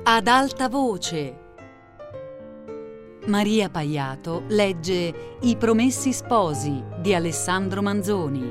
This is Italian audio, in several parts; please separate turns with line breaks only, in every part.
Ad alta voce. Maria Paiato legge I Promessi Sposi di Alessandro Manzoni.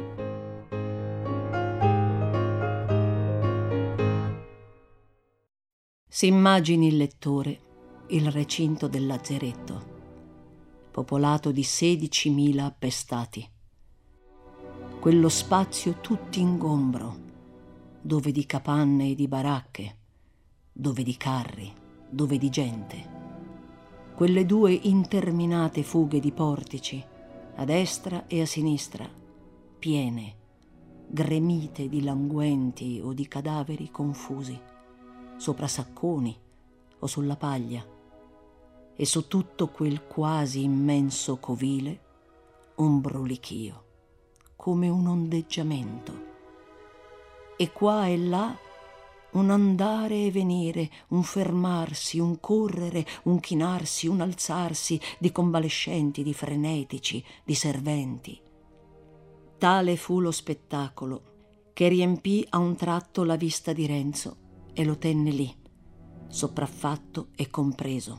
Si immagini il lettore il recinto del lazzeretto, popolato di 16.000 appestati. Quello spazio tutt'ingombro, dove di capanne e di baracche, dove di carri, dove di gente. Quelle 2 interminate fughe di portici, a destra e a sinistra, piene, gremite di languenti o di cadaveri confusi, sopra sacconi o sulla paglia, e su tutto quel quasi immenso covile un brulichio, come un ondeggiamento, e qua e là un andare e venire, un fermarsi, un correre, un chinarsi, un alzarsi di convalescenti, di frenetici, di serventi. Tale fu lo spettacolo che riempì a un tratto la vista di Renzo e lo tenne lì, sopraffatto e compreso.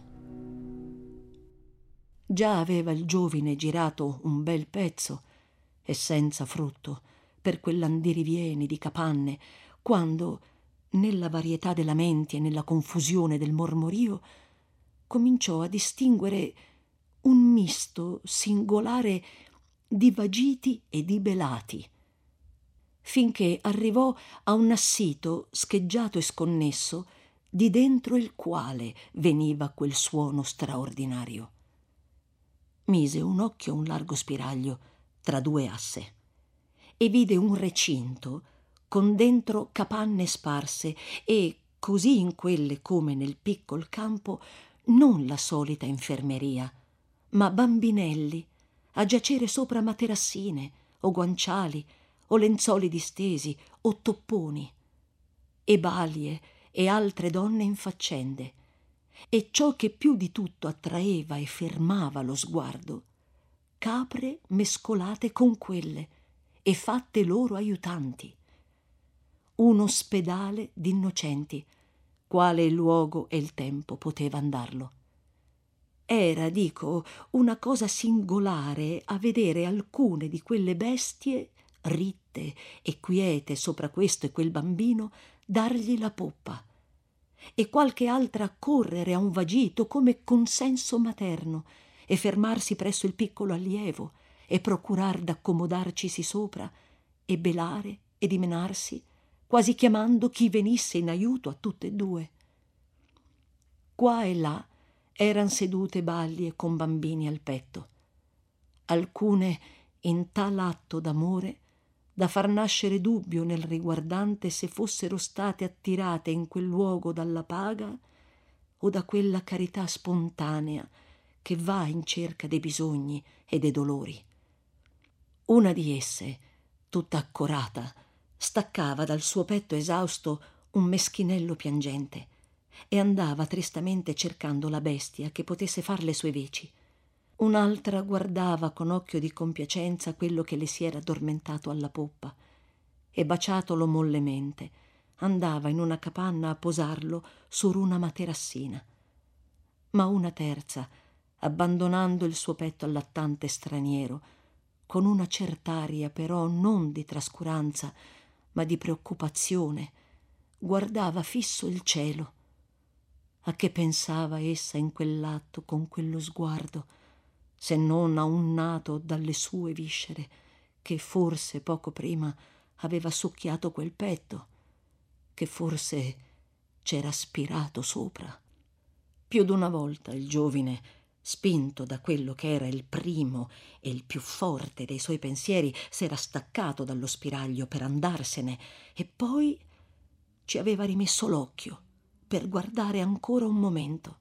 Già aveva il giovine girato un bel pezzo e senza frutto per quell'andirivieni di capanne, quando, nella varietà dei lamenti e nella confusione del mormorio, cominciò a distinguere un misto singolare di vagiti e di belati, finché arrivò a un assito scheggiato e sconnesso di dentro il quale veniva quel suono straordinario. Mise un occhio a un largo spiraglio tra 2 asse e vide un recinto con dentro capanne sparse e, così in quelle come nel piccol campo, non la solita infermeria, ma bambinelli a giacere sopra materassine o guanciali o lenzuoli distesi o topponi, e balie e altre donne in faccende, e ciò che più di tutto attraeva e fermava lo sguardo, capre mescolate con quelle e fatte loro aiutanti. Un ospedale d'innocenti, quale il luogo e il tempo potevan darlo. Era, dico, una cosa singolare a vedere alcune di quelle bestie ritte e quiete sopra questo e quel bambino dargli la poppa, e qualche altra correre a un vagito come consenso materno e fermarsi presso il piccolo allievo e procurar d'accomodarcisi sopra e belare e dimenarsi, quasi chiamando chi venisse in aiuto a tutte e 2. Qua e là eran sedute balie con bambini al petto, alcune in tal atto d'amore da far nascere dubbio nel riguardante se fossero state attirate in quel luogo dalla paga o da quella carità spontanea che va in cerca dei bisogni e dei dolori. Una di esse, tutta accorata, staccava dal suo petto esausto un meschinello piangente e andava tristamente cercando la bestia che potesse far le sue veci. Un'altra guardava con occhio di compiacenza quello che le si era addormentato alla poppa e, baciatolo mollemente, andava in una capanna a posarlo su una materassina. Ma una terza, abbandonando il suo petto al lattante straniero, con una cert'aria però non di trascuranza, ma di preoccupazione, guardava fisso il cielo. A che pensava essa in quell'atto con quello sguardo, se non a un nato dalle sue viscere, che forse poco prima aveva succhiato quel petto, che forse c'era spirato sopra. Più d'una volta il giovine, spinto da quello che era il primo e il più forte dei suoi pensieri, s'era staccato dallo spiraglio per andarsene e poi ci aveva rimesso l'occhio per guardare ancora un momento.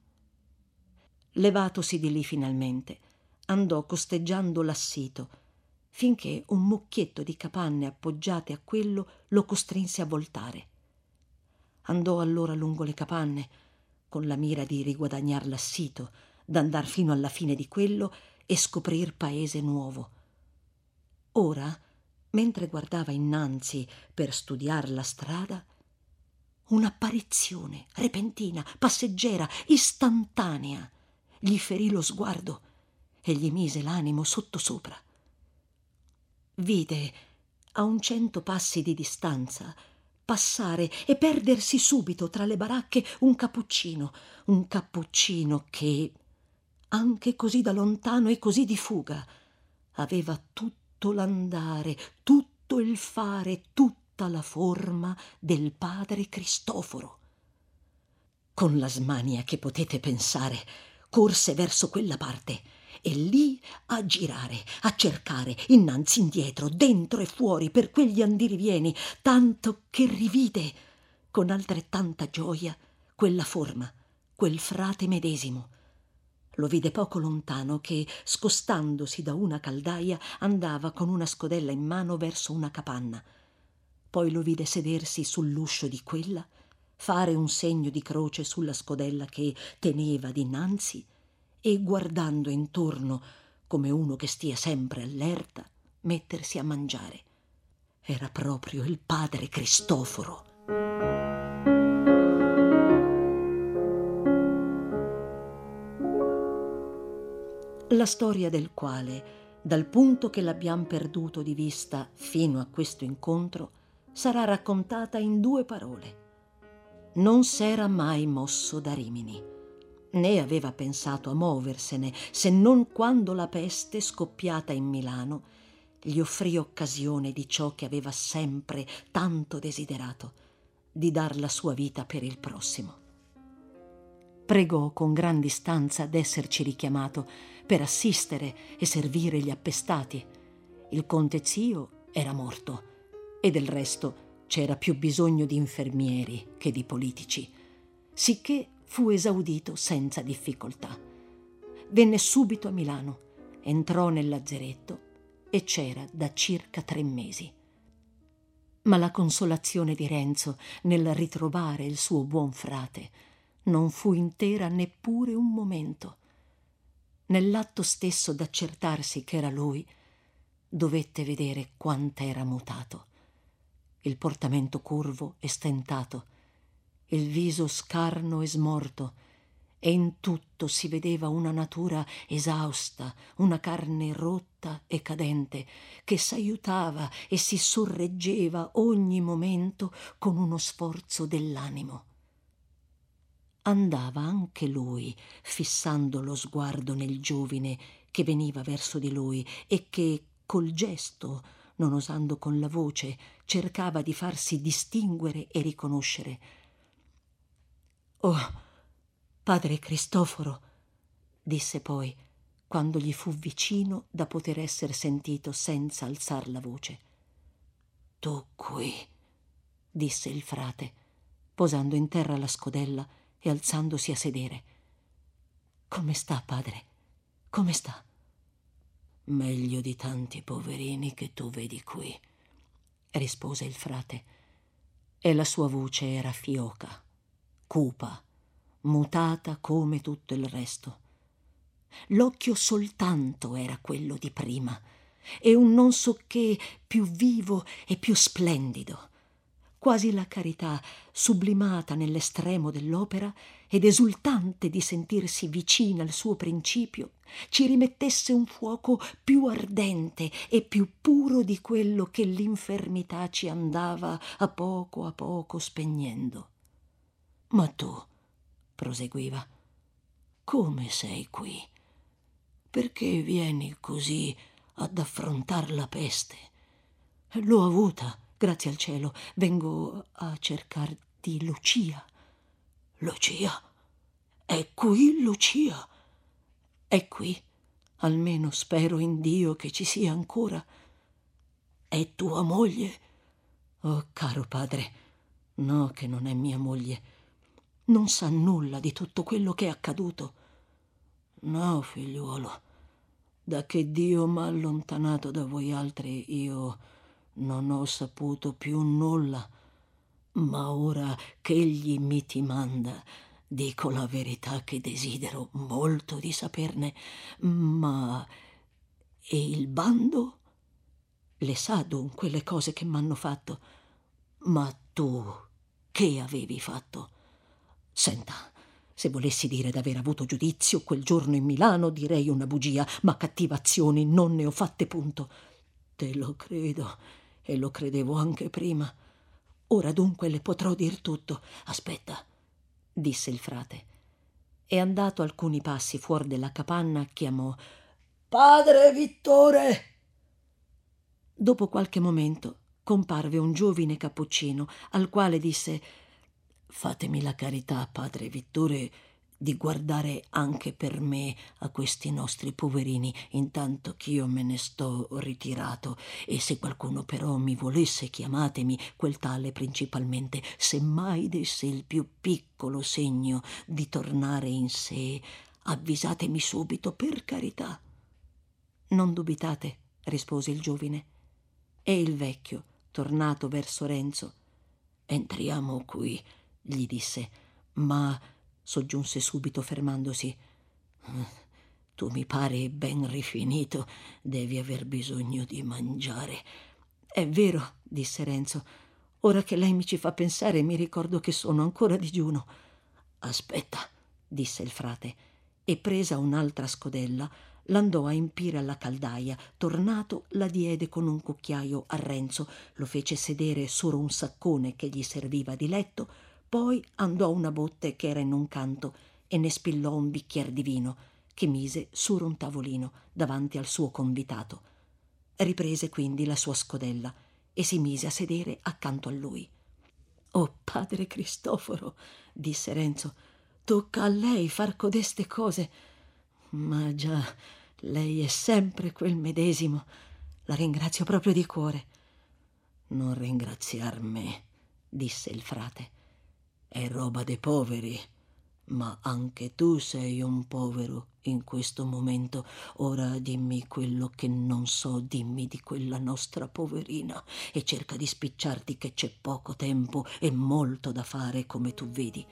Levatosi di lì finalmente, andò costeggiando l'assito, finché un mucchietto di capanne appoggiate a quello lo costrinse a voltare. Andò allora lungo le capanne, con la mira di riguadagnar l'assito, d'andar fino alla fine di quello e scoprir paese nuovo. Ora, mentre guardava innanzi per studiar la strada, Un'apparizione repentina, passeggera, istantanea, gli ferì lo sguardo e gli mise l'animo sottosopra. Vide a 100 passi di distanza passare e perdersi subito tra le baracche un cappuccino che, anche così da lontano e così di fuga, aveva tutto l'andare, tutto il fare, tutta la forma del padre Cristoforo. Con la smania che potete pensare, corse verso quella parte e lì a girare, a cercare, innanzi, indietro, dentro e fuori per quegli andirivieni, tanto che rivide con altrettanta gioia quella forma, quel frate medesimo. Lo vide poco lontano che, scostandosi da una caldaia, andava con una scodella in mano verso una capanna. Poi lo vide sedersi sull'uscio di quella, fare un segno di croce sulla scodella che teneva dinanzi e, guardando intorno come uno che stia sempre allerta, mettersi a mangiare. Era proprio il padre Cristoforo. La storia del quale, dal punto che l'abbiam perduto di vista fino a questo incontro, sarà raccontata in 2 parole. Non s'era mai mosso da Rimini, né aveva pensato a moversene, se non quando la peste, scoppiata in Milano, gli offrì occasione di ciò che aveva sempre tanto desiderato, di dar la sua vita per il prossimo. Pregò con gran distanza d'esserci richiamato per assistere e servire gli appestati. Il conte zio era morto e del resto c'era più bisogno di infermieri che di politici, sicché fu esaudito senza difficoltà. Venne subito a Milano, entrò nel lazzeretto e c'era da circa 3 mesi. Ma la consolazione di Renzo nel ritrovare il suo buon frate non fu intera neppure un momento. Nell'atto stesso d'accertarsi che era lui, dovette vedere quant'era mutato. Il portamento curvo e stentato, il viso scarno e smorto, e in tutto si vedeva una natura esausta, una carne rotta e cadente, che s'aiutava e si sorreggeva ogni momento con uno sforzo dell'animo. Andava anche lui fissando lo sguardo nel giovine che veniva verso di lui e che, col gesto, non osando con la voce, cercava di farsi distinguere e riconoscere. «Oh, padre Cristoforo», disse poi, quando gli fu vicino da poter esser sentito senza alzar la voce. «Tu qui», disse il frate, posando in terra la scodella e alzandosi a sedere. «Come sta, padre? Come sta?» «Meglio di tanti poverini che tu vedi qui», rispose il frate, e la sua voce era fioca, cupa, mutata come tutto il resto. L'occhio soltanto era quello di prima, e un non so che più vivo e più splendido, quasi la carità sublimata nell'estremo dell'opera ed esultante di sentirsi vicina al suo principio, ci rimettesse un fuoco più ardente e più puro di quello che l'infermità ci andava a poco spegnendo. «Ma tu», proseguiva, «come sei qui? Perché vieni così ad affrontar la peste?» «L'ho avuta, grazie al cielo. Vengo a cercarti Lucia». «Lucia? È qui Lucia?» «È qui. Almeno spero in Dio che ci sia ancora». «È tua moglie?» «Oh, caro padre, no, che non è mia moglie. Non sa nulla di tutto quello che è accaduto». «No, figliuolo, da che Dio m'ha allontanato da voi altri io non ho saputo più nulla, ma ora ch'egli mi ti manda, dico la verità che desidero molto di saperne. Ma e il bando? Le sa dunque le cose che m'hanno fatto? Ma tu che avevi fatto. Senta, se volessi dire d'aver avuto giudizio quel giorno in Milano, direi una bugia, ma cattive azioni non ne ho fatte, punto. Te lo credo, e lo credevo anche prima. Ora dunque le potrò dir tutto. Aspetta, disse il frate, e andato alcuni passi fuori della capanna chiamò: Padre Vittore! Dopo qualche momento comparve un giovine cappuccino, al quale disse: Fatemi la carità, padre Vittore, di guardare anche per me a questi nostri poverini, intanto ch'io me ne sto ritirato, e se qualcuno però mi volesse, chiamatemi, quel tale principalmente, se mai desse il più piccolo segno di tornare in sé, avvisatemi subito, per carità. Non dubitate, rispose il giovine. E il vecchio, tornato verso Renzo: Entriamo qui, gli disse, ma, soggiunse subito fermandosi, tu mi pari ben rifinito, devi aver bisogno di mangiare. È vero, disse Renzo, ora che lei mi ci fa pensare mi ricordo che sono ancora digiuno. Aspetta, disse il frate, e presa un'altra scodella l'andò a empire alla caldaia. Tornato la diede con un cucchiaio a Renzo, lo fece sedere sopra un saccone che gli serviva di letto, poi andò a una botte che era in un canto e ne spillò un bicchier di vino che mise sopra un tavolino davanti al suo convitato. Riprese quindi la sua scodella e si mise a sedere accanto a lui. «Oh, padre Cristoforo», disse Renzo, «tocca a lei far codeste cose. Ma già, lei è sempre quel medesimo. La ringrazio proprio di cuore». «Non ringraziar me», disse il frate. «È roba dei poveri, ma anche tu sei un povero in questo momento. Ora dimmi quello che non so, dimmi di quella nostra poverina, e cerca di spicciarti che c'è poco tempo e molto da fare, come tu vedi».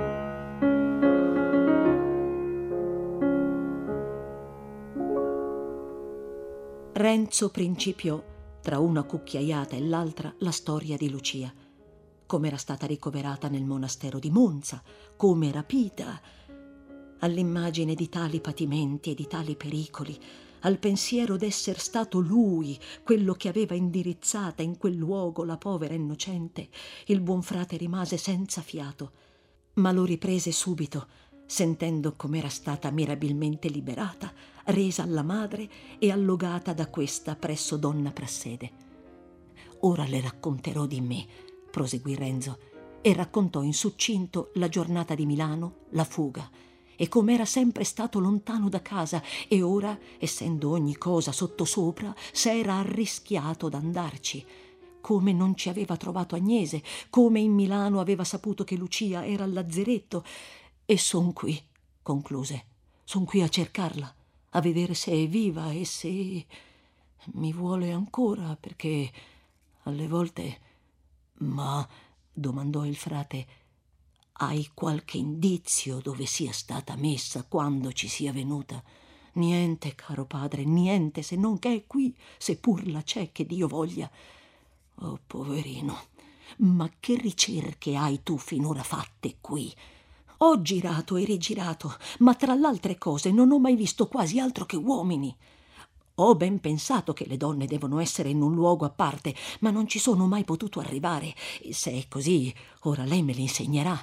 Renzo principiò, tra una cucchiaiata e l'altra, la storia di Lucia, come era stata ricoverata nel monastero di Monza, come rapita. All'immagine di tali patimenti e di tali pericoli, al pensiero d'esser stato lui quello che aveva indirizzata in quel luogo la povera innocente, il buon frate rimase senza fiato, ma lo riprese subito, sentendo com'era stata mirabilmente liberata, resa alla madre e allogata da questa presso donna Prassede. «Ora le racconterò di me», proseguì Renzo, e raccontò in succinto la giornata di Milano, la fuga, e com'era sempre stato lontano da casa e ora, essendo ogni cosa sottosopra, s'era arrischiato d'andarci, come non ci aveva trovato Agnese, come in Milano aveva saputo che Lucia era al lazzeretto. «E son qui», concluse, «son qui a cercarla, a vedere se è viva e se mi vuole ancora, perché alle volte». «Ma», domandò il frate, «hai qualche indizio dove sia stata messa quando ci sia venuta?» «Niente, caro padre, niente, se non che è qui, seppur la c'è, che Dio voglia». «Oh, poverino, ma che ricerche hai tu finora fatte qui?» «Ho girato e rigirato, ma tra l'altre cose non ho mai visto quasi altro che uomini. Ho ben pensato che le donne devono essere in un luogo a parte, ma non ci sono mai potuto arrivare. Se è così, ora lei me l'insegnerà.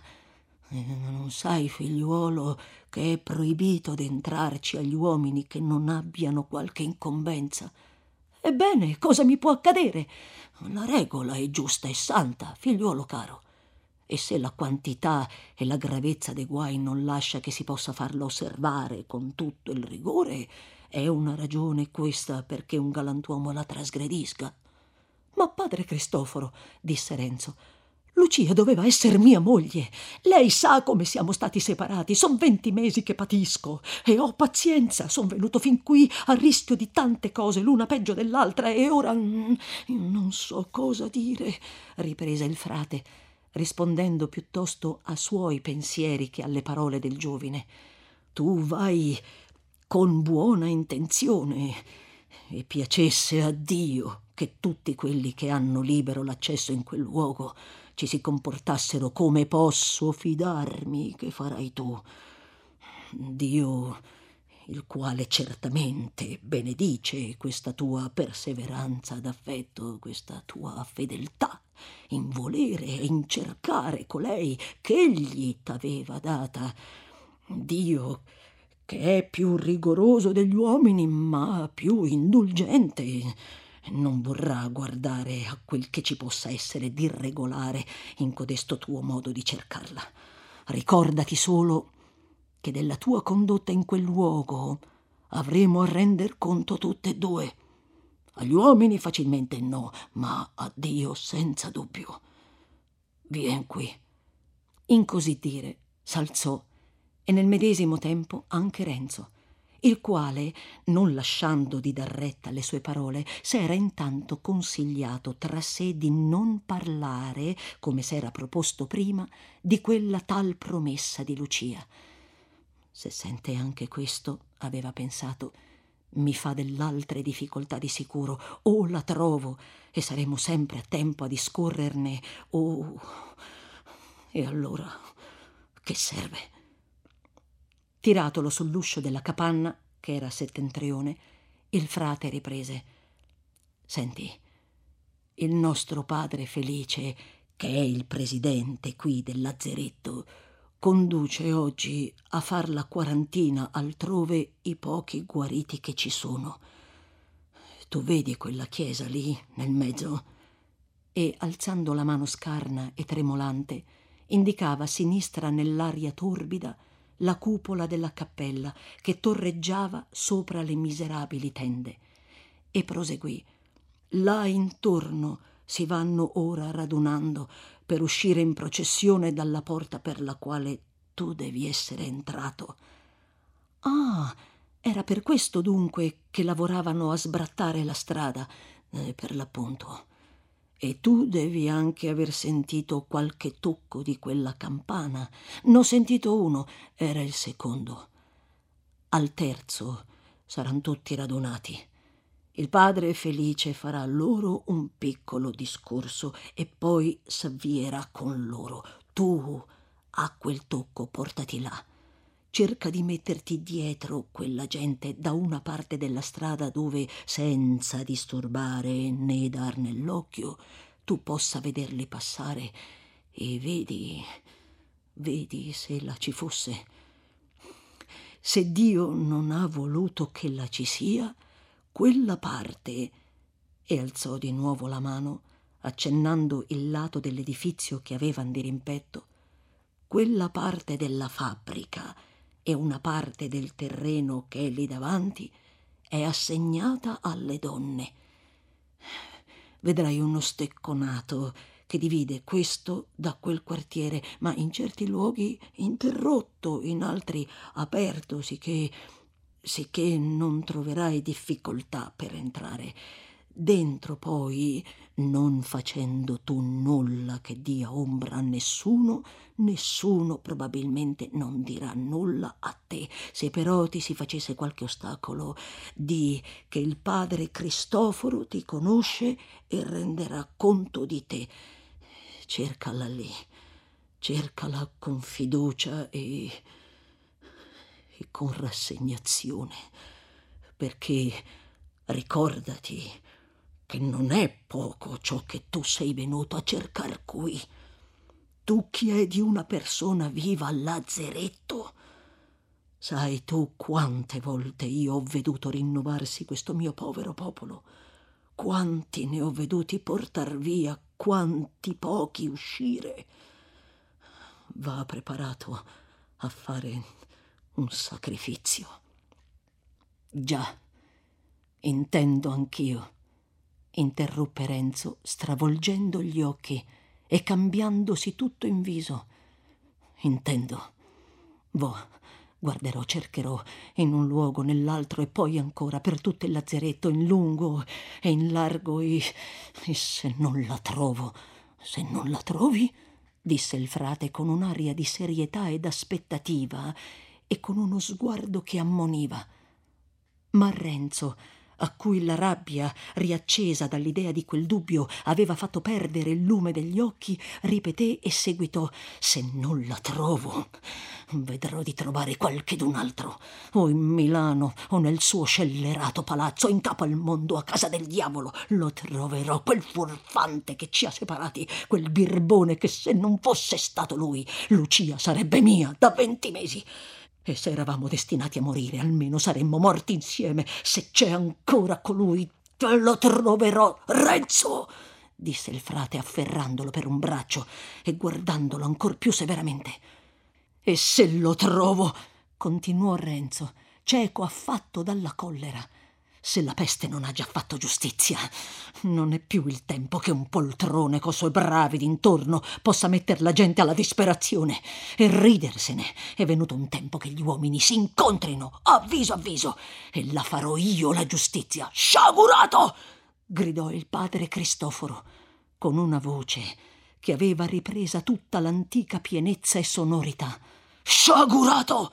Non sai, figliuolo, che è proibito d'entrarci agli uomini che non abbiano qualche incombenza». «Ebbene, cosa mi può accadere?» «La regola è giusta e santa, figliuolo caro. E se la quantità e la gravezza dei guai non lascia che si possa farlo osservare con tutto il rigore, è una ragione questa perché un galantuomo la trasgredisca». «Ma padre Cristoforo», disse Renzo, «Lucia doveva esser mia moglie. Lei sa come siamo stati separati. Son 20 mesi che patisco e ho pazienza. Son venuto fin qui a rischio di tante cose, l'una peggio dell'altra, e ora non so cosa dire», riprese il frate, rispondendo piuttosto a suoi pensieri che alle parole del giovine. «Tu vai con buona intenzione, e piacesse a Dio che tutti quelli che hanno libero l'accesso in quel luogo ci si comportassero come posso fidarmi che farai tu. Dio, il quale certamente benedice questa tua perseveranza d'affetto, questa tua fedeltà in volere e in cercare colei che egli t'aveva data. Dio, che è più rigoroso degli uomini, ma più indulgente, non vorrà guardare a quel che ci possa essere di irregolare in codesto tuo modo di cercarla. Ricordati solo che della tua condotta in quel luogo avremo a render conto tutte e due. Agli uomini facilmente no, ma a Dio senza dubbio. Vien qui. In così dire s'alzò, e nel medesimo tempo anche Renzo, il quale, non lasciando di dar retta alle sue parole, s'era intanto consigliato tra sé di non parlare, come s'era proposto prima, di quella tal promessa di Lucia. Se sente anche questo, aveva pensato, mi fa dell'altre difficoltà di sicuro, o la trovo e saremo sempre a tempo a discorrerne, o... E allora che serve? Tiratolo sull'uscio della capanna, che era settentrione, il frate riprese: senti, il nostro padre Felice, che è il presidente qui del lazzeretto, conduce oggi a far la quarantina altrove i pochi guariti che ci sono. Tu vedi quella chiesa lì nel mezzo? E alzando la mano scarna e tremolante indicava a sinistra nell'aria torbida la cupola della cappella che torreggiava sopra le miserabili tende, e proseguì: là intorno si vanno ora radunando per uscire in processione dalla porta per la quale tu devi essere entrato. Ah, era per questo dunque che lavoravano a sbrattare la strada, per l'appunto. E tu devi anche aver sentito qualche tocco di quella campana. Ne ho sentito uno, era il secondo. Al terzo saranno tutti radunati. Il padre Felice farà loro un piccolo discorso e poi s'avvierà con loro. Tu, a quel tocco, portati là. Cerca di metterti dietro quella gente da una parte della strada dove, senza disturbare né dar nell'occhio, tu possa vederli passare, e vedi se la ci fosse. Se Dio non ha voluto che la ci sia, quella parte, e alzò di nuovo la mano, accennando il lato dell'edifizio che avevan di rimpetto, quella parte della fabbrica e una parte del terreno che è lì davanti è assegnata alle donne. Vedrai uno stecconato che divide questo da quel quartiere, ma in certi luoghi interrotto, in altri aperto, sicché non troverai difficoltà per entrare. Dentro poi, non facendo tu nulla che dia ombra a nessuno probabilmente non dirà nulla a te. Se però ti si facesse qualche ostacolo, di che il padre Cristoforo ti conosce e renderà conto di te. Cercala lì, cercala con fiducia e con rassegnazione, perché ricordati che non è poco ciò che tu sei venuto a cercar qui. Tu chiedi una persona viva al lazzeretto. Sai tu quante volte io ho veduto rinnovarsi questo mio povero popolo, quanti ne ho veduti portar via, quanti pochi uscire. Va preparato a fare un sacrificio. Già, intendo anch'io, interruppe Renzo, stravolgendo gli occhi e cambiandosi tutto in viso. Intendo. Guarderò, cercherò in un luogo, nell'altro e poi ancora per tutto il lazzeretto, in lungo e in largo, e se non la trovo, se non la trovi, disse il frate con un'aria di serietà ed aspettativa e con uno sguardo che ammoniva. Ma Renzo, a cui la rabbia, riaccesa dall'idea di quel dubbio, aveva fatto perdere il lume degli occhi, ripeté e seguitò: «Se non la trovo, vedrò di trovare qualchedun altro, o in Milano o nel suo scellerato palazzo in capo al mondo, a casa del diavolo. Lo troverò, quel furfante che ci ha separati, quel birbone che, se non fosse stato lui, Lucia sarebbe mia da 20 mesi. E se eravamo destinati a morire, almeno saremmo morti insieme. Se c'è ancora colui, te lo troverò, Renzo!» disse il frate, afferrandolo per un braccio e guardandolo ancor più severamente. «E se lo trovo», continuò Renzo, cieco affatto dalla collera, «se la peste non ha già fatto giustizia, non è più il tempo che un poltrone co' suoi bravi d'intorno possa metter la gente alla disperazione e ridersene. È venuto un tempo che gli uomini si incontrino a viso e la farò io la giustizia. Sciagurato!» gridò il padre Cristoforo con una voce che aveva ripresa tutta l'antica pienezza e sonorità. «Sciagurato!»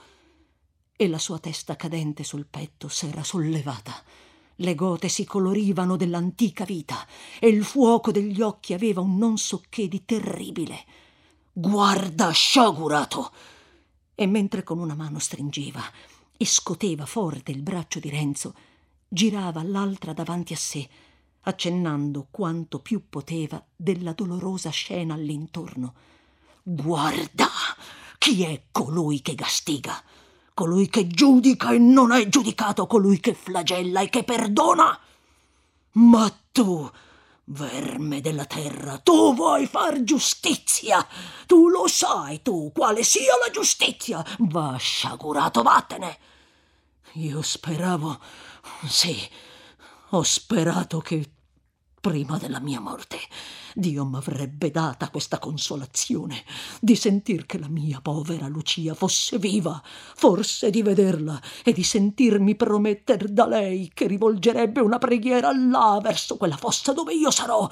E la sua testa cadente sul petto s'era sollevata. Le gote si colorivano dell'antica vita e il fuoco degli occhi aveva un non so che di terribile. «Guarda, sciagurato!» E mentre con una mano stringeva e scoteva forte il braccio di Renzo, girava l'altra davanti a sé, accennando quanto più poteva della dolorosa scena all'intorno. «Guarda, chi è colui che gastiga? Colui che giudica e non è giudicato, colui che flagella e che perdona? Ma tu, verme della terra, tu vuoi far giustizia? Tu lo sai, tu, quale sia la giustizia? Va, sciagurato, vattene!» Io speravo, sì, ho sperato che prima della mia morte Dio m'avrebbe data questa consolazione di sentir che la mia povera Lucia fosse viva, forse di vederla e di sentirmi prometter da lei che rivolgerebbe una preghiera là verso quella fossa dove io sarò.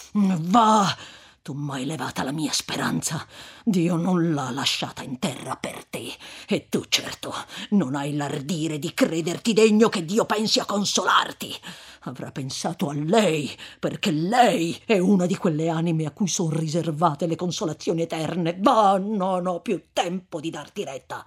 Va, tu m'hai levata la mia speranza, Dio non l'ha lasciata in terra per te, e tu certo non hai l'ardire di crederti degno che Dio pensi a consolarti. Avrà pensato a lei, perché lei è una di quelle anime a cui son riservate le consolazioni eterne. Va, non ho più tempo di darti retta!»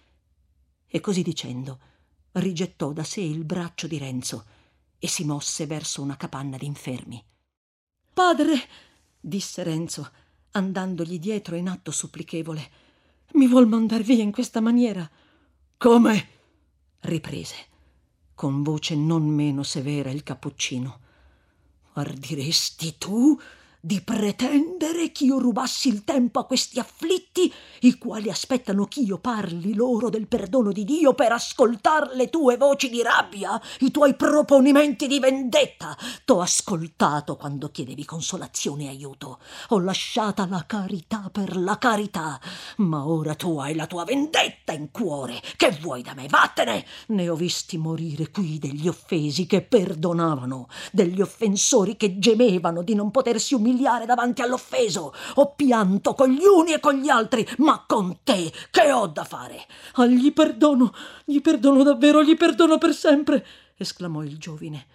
E così dicendo rigettò da sé il braccio di Renzo e si mosse verso una capanna d'infermi. «Padre», disse Renzo, andandogli dietro in atto supplichevole, «mi vuol mandar via in questa maniera?» «Come?» riprese con voce non meno severa il cappuccino. «Ardiresti tu di pretendere ch'io rubassi il tempo a questi afflitti, i quali aspettano ch'io parli loro del perdono di Dio per ascoltar le tue voci di rabbia, i tuoi proponimenti di vendetta? T'ho ascoltato quando chiedevi consolazione e aiuto, ho lasciata la carità per la carità, ma ora tu hai la tua vendetta in cuore. Che vuoi da me? Vattene!» Ne ho visti morire qui degli offesi che perdonavano, degli offensori che gemevano di non potersi umiliare davanti all'offeso. Ho pianto con gli uni e con gli altri, ma con te che ho da fare? «Ah, gli perdono davvero, gli perdono per sempre!» esclamò il giovine.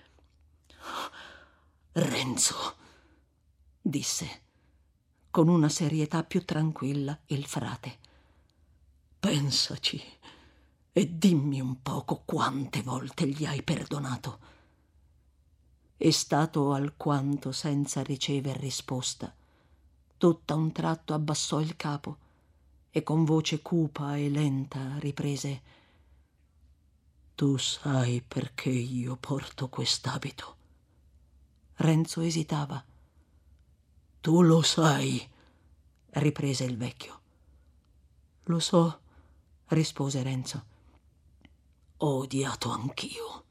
«Renzo», disse con una serietà più tranquilla il frate, «pensaci e dimmi un poco quante volte gli hai perdonato». E stato alquanto senza ricever risposta, tutt'a un tratto abbassò il capo e con voce cupa e lenta riprese: «Tu sai perché io porto quest'abito?» Renzo esitava. «Tu lo sai», riprese il vecchio. «Lo so», rispose Renzo. «Ho odiato anch'io.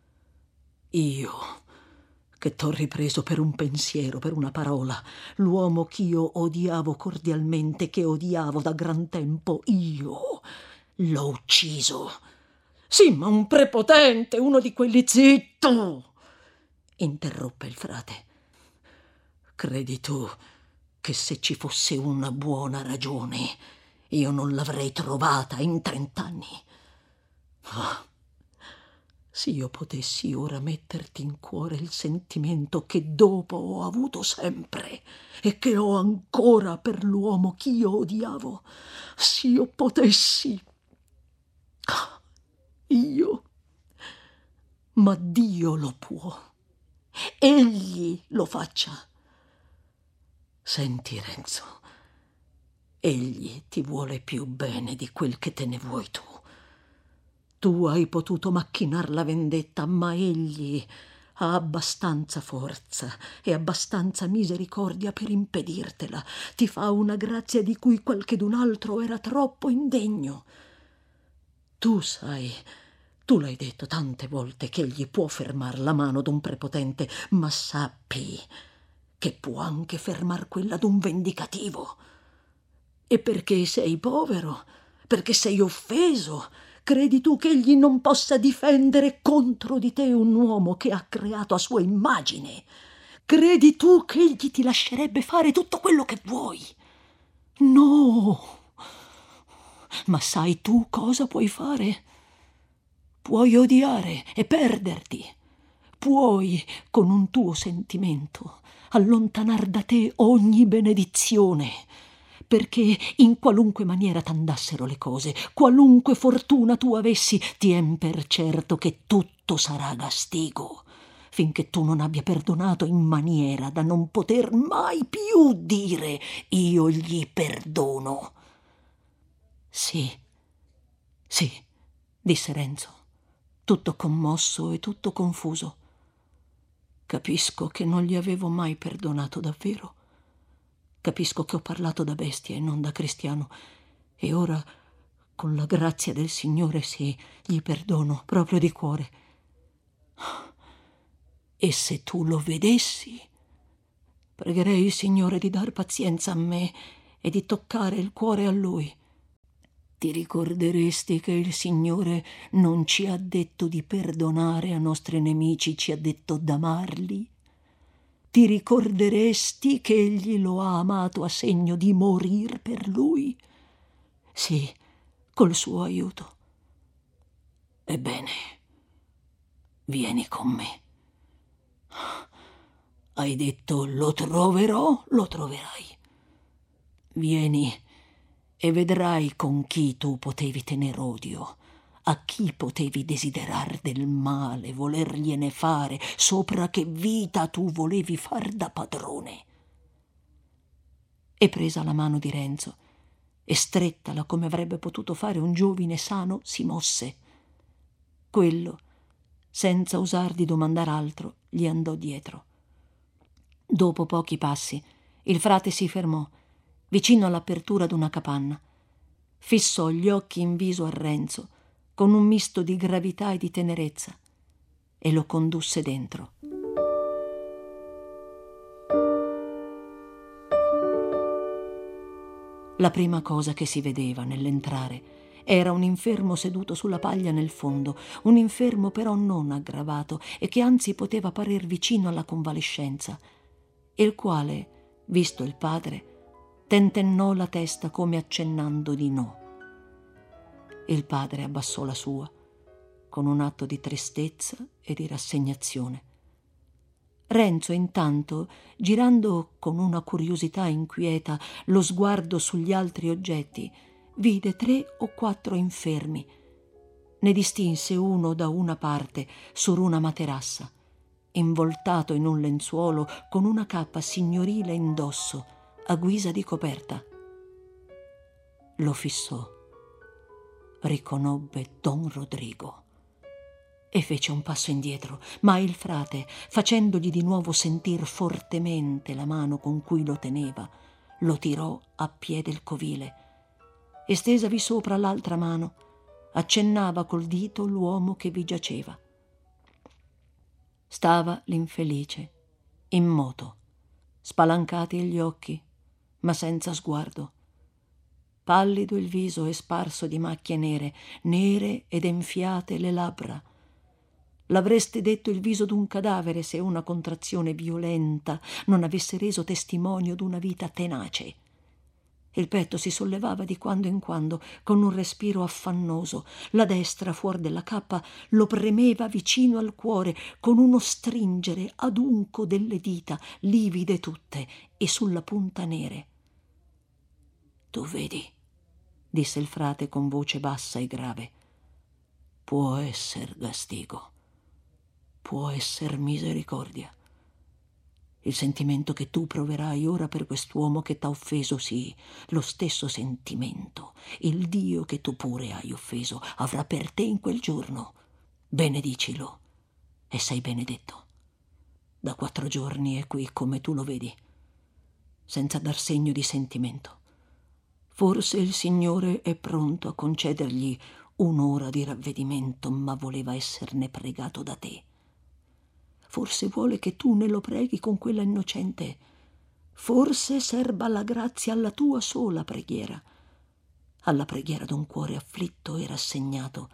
Io che t'ho ripreso per un pensiero, per una parola, l'uomo ch'io odiavo cordialmente, che odiavo da gran tempo, io l'ho ucciso». «Sì, ma un prepotente, uno di quelli...» «Zitto!» interruppe il frate. «Credi tu che se ci fosse una buona ragione io non l'avrei trovata in 30 anni? Ah, Se io potessi ora metterti in cuore il sentimento che dopo ho avuto sempre e che ho ancora per l'uomo ch'io odiavo, se io potessi. Io. Ma Dio lo può. Egli lo faccia. Senti, Renzo, egli ti vuole più bene di quel che te ne vuoi tu. Tu hai potuto macchinar la vendetta, ma egli ha abbastanza forza e abbastanza misericordia per impedirtela. Ti fa una grazia di cui qualchedun altro era troppo indegno. Tu sai, tu l'hai detto tante volte che egli può fermar la mano d'un prepotente, ma sappi che può anche fermar quella d'un vendicativo. E perché sei povero, perché sei offeso, credi tu che egli non possa difendere contro di te un uomo che ha creato a sua immagine? Credi tu che egli ti lascerebbe fare tutto quello che vuoi? No. Ma sai tu cosa puoi fare? Puoi odiare e perderti. Puoi, con un tuo sentimento, allontanar da te ogni benedizione, perché in qualunque maniera t'andassero le cose, qualunque fortuna tu avessi, tien per certo che tutto sarà gastigo, finché tu non abbia perdonato in maniera da non poter mai più dire io gli perdono. Sì, sì, disse Renzo, tutto commosso e tutto confuso. Capisco che non gli avevo mai perdonato davvero. Capisco che ho parlato da bestia e non da cristiano. E ora, con la grazia del Signore, sì, gli perdono proprio di cuore. E se tu lo vedessi, pregherei il Signore di dar pazienza a me e di toccare il cuore a Lui. Ti ricorderesti che il Signore non ci ha detto di perdonare a nostri nemici, ci ha detto d'amarli? Ti ricorderesti che egli lo ha amato a segno di morir per lui? Sì, col suo aiuto. Ebbene, vieni con me. Hai detto lo troverò, lo troverai. Vieni e vedrai con chi tu potevi tener odio, a chi potevi desiderar del male, volergliene fare, sopra che vita tu volevi far da padrone. E presa la mano di Renzo e strettala come avrebbe potuto fare un giovine sano, si mosse. Quello, senza osar di domandar altro, gli andò dietro. Dopo pochi passi, il frate si fermò vicino all'apertura d'una capanna. Fissò gli occhi in viso a Renzo con un misto di gravità e di tenerezza e lo condusse dentro. La prima cosa che si vedeva nell'entrare era un infermo seduto sulla paglia nel fondo, un infermo però non aggravato e che anzi poteva parer vicino alla convalescenza, il quale, visto il padre, tentennò la testa come accennando di no. Il padre abbassò la sua, con un atto di tristezza e di rassegnazione. Renzo, intanto, girando con una curiosità inquieta lo sguardo sugli altri oggetti, vide 3 o 4 infermi. Ne distinse uno da una parte, su una materassa, involtato in un lenzuolo con una cappa signorile indosso, a guisa di coperta. Lo fissò, riconobbe Don Rodrigo e fece un passo indietro, ma il frate, facendogli di nuovo sentir fortemente la mano con cui lo teneva, lo tirò a piede il covile e stesavi sopra l'altra mano accennava col dito l'uomo che vi giaceva. Stava l'infelice, immoto, spalancati gli occhi, ma senza sguardo. Pallido il viso e sparso di macchie nere, nere ed enfiate le labbra. L'avreste detto il viso d'un cadavere se una contrazione violenta non avesse reso testimonio d'una vita tenace. Il petto si sollevava di quando in quando con un respiro affannoso. La destra, fuor della cappa, lo premeva vicino al cuore con uno stringere adunco delle dita, livide tutte e sulla punta nere. «Tu vedi», disse il frate con voce bassa e grave, «può esser gastigo, può esser misericordia. Il sentimento che tu proverai ora per quest'uomo che t'ha offeso, sì, lo stesso sentimento il Dio che tu pure hai offeso avrà per te in quel giorno. Benedicilo e sei benedetto. Da 4 giorni è qui come tu lo vedi, senza dar segno di sentimento. Forse il Signore è pronto a concedergli un'ora di ravvedimento, ma voleva esserne pregato da te. Forse vuole che tu ne lo preghi con quella innocente. Forse serba la grazia alla tua sola preghiera, alla preghiera d'un cuore afflitto e rassegnato.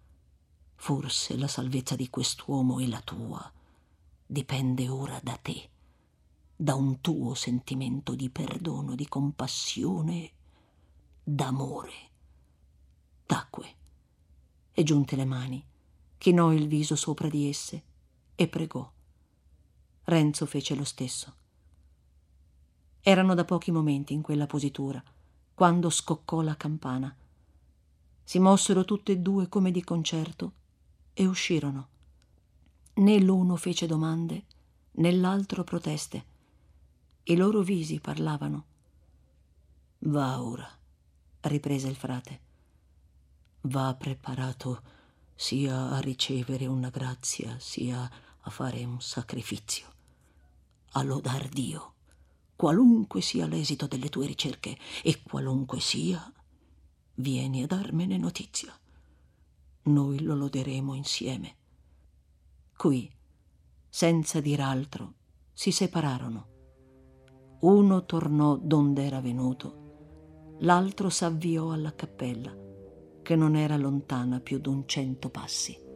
Forse la salvezza di quest'uomo e la tua dipende ora da te, da un tuo sentimento di perdono, di compassione, d'amore. Tacque e, giunte le mani, chinò il viso sopra di esse e pregò. Renzo fece lo stesso. Erano da pochi momenti in quella positura, quando scoccò la campana. Si mossero tutte e due come di concerto e uscirono. Né l'uno fece domande, né l'altro proteste. I loro visi parlavano. «Va ora», riprese il frate. «Va preparato sia a ricevere una grazia, sia a fare un sacrificio, a lodar Dio, qualunque sia l'esito delle tue ricerche, e qualunque sia, vieni a darmene notizia. Noi lo loderemo insieme». Qui, senza dir altro, si separarono. Uno tornò donde era venuto, l'altro s'avviò alla cappella, che non era lontana più d'un 100 passi.